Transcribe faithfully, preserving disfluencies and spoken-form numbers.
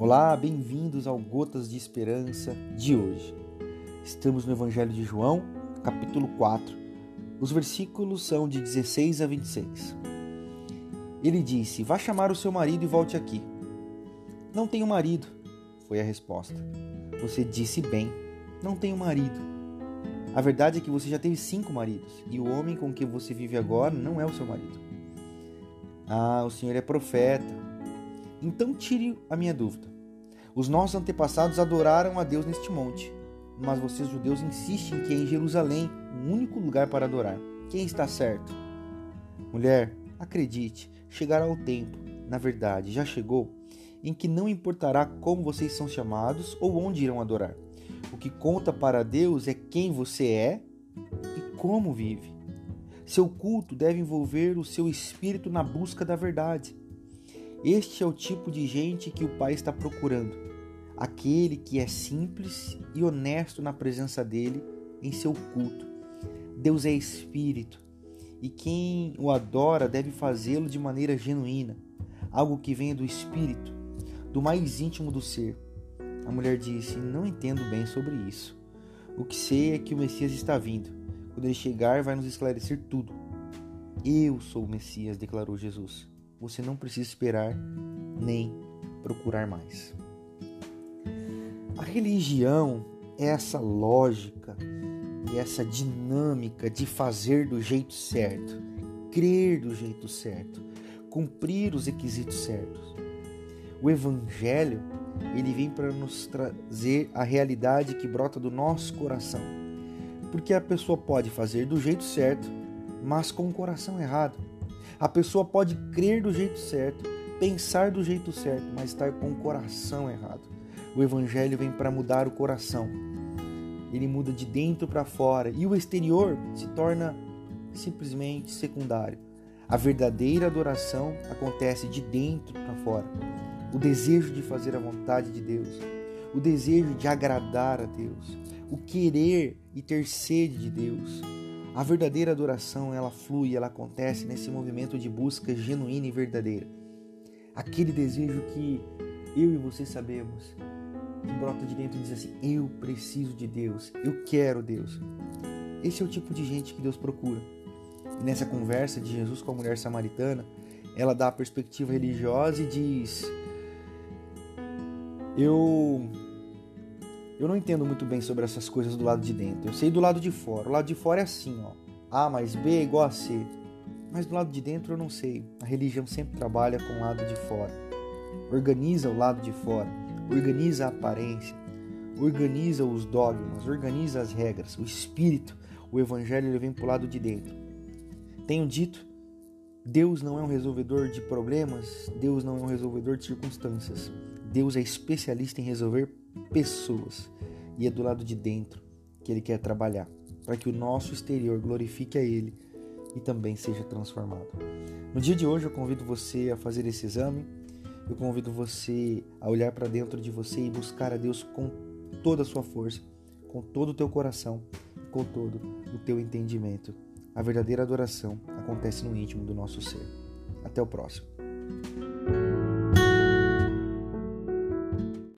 Olá, bem-vindos ao Gotas de Esperança de hoje. Estamos no Evangelho de João, capítulo quatro. Os versículos são de dezesseis a vinte e seis. Ele disse: vá chamar o seu marido e volte aqui. Não tenho marido, foi a resposta. Você disse bem, não tenho marido. A verdade é que você já teve cinco maridos, e o homem com quem você vive agora não é o seu marido. Ah, o senhor é profeta. Então tire a minha dúvida. Os nossos antepassados adoraram a Deus neste monte, mas vocês judeus insistem que é em Jerusalém o único lugar para adorar. Quem está certo? Mulher, acredite, chegará o tempo, na verdade, já chegou, em que não importará como vocês são chamados ou onde irão adorar. O que conta para Deus é quem você é e como vive. Seu culto deve envolver o seu espírito na busca da verdade. Este é o tipo de gente que o Pai está procurando. Aquele que é simples e honesto na presença dele em seu culto. Deus é espírito e quem o adora deve fazê-lo de maneira genuína, algo que venha do espírito, do mais íntimo do ser. A mulher disse: não entendo bem sobre isso. O que sei é que o Messias está vindo. Quando ele chegar, vai nos esclarecer tudo. Eu sou o Messias, declarou Jesus. Você não precisa esperar nem procurar mais. A religião é essa lógica e essa dinâmica de fazer do jeito certo, crer do jeito certo, cumprir os requisitos certos. O Evangelho, ele vem para nos trazer a realidade que brota do nosso coração. Porque a pessoa pode fazer do jeito certo, mas com o coração errado. A pessoa pode crer do jeito certo, pensar do jeito certo, mas estar com o coração errado. O Evangelho vem para mudar o coração. Ele muda de dentro para fora e o exterior se torna simplesmente secundário. A verdadeira adoração acontece de dentro para fora. O desejo de fazer a vontade de Deus, o desejo de agradar a Deus, o querer e ter sede de Deus. A verdadeira adoração, ela flui, ela acontece nesse movimento de busca genuína e verdadeira. Aquele desejo que eu e você sabemos, que brota de dentro e diz assim: eu preciso de Deus, eu quero Deus. Esse é o tipo de gente que Deus procura. E nessa conversa de Jesus com a mulher samaritana, ela dá a perspectiva religiosa e diz: eu... Eu não entendo muito bem sobre essas coisas do lado de dentro. Eu sei do lado de fora. O lado de fora é assim, ó. A mais B é igual a C. Mas do lado de dentro eu não sei. A religião sempre trabalha com o lado de fora. Organiza o lado de fora. Organiza a aparência. Organiza os dogmas. Organiza as regras. O espírito, o evangelho, ele vem pro lado de dentro. Tenho dito, Deus não é um resolvedor de problemas. Deus não é um resolvedor de circunstâncias. Deus é especialista em resolver pessoas, e é do lado de dentro que Ele quer trabalhar, para que o nosso exterior glorifique a Ele e também seja transformado. No dia de hoje eu convido você a fazer esse exame, eu convido você a olhar para dentro de você e buscar a Deus com toda a sua força, com todo o teu coração, com todo o teu entendimento. A verdadeira adoração acontece no íntimo do nosso ser. Até o próximo.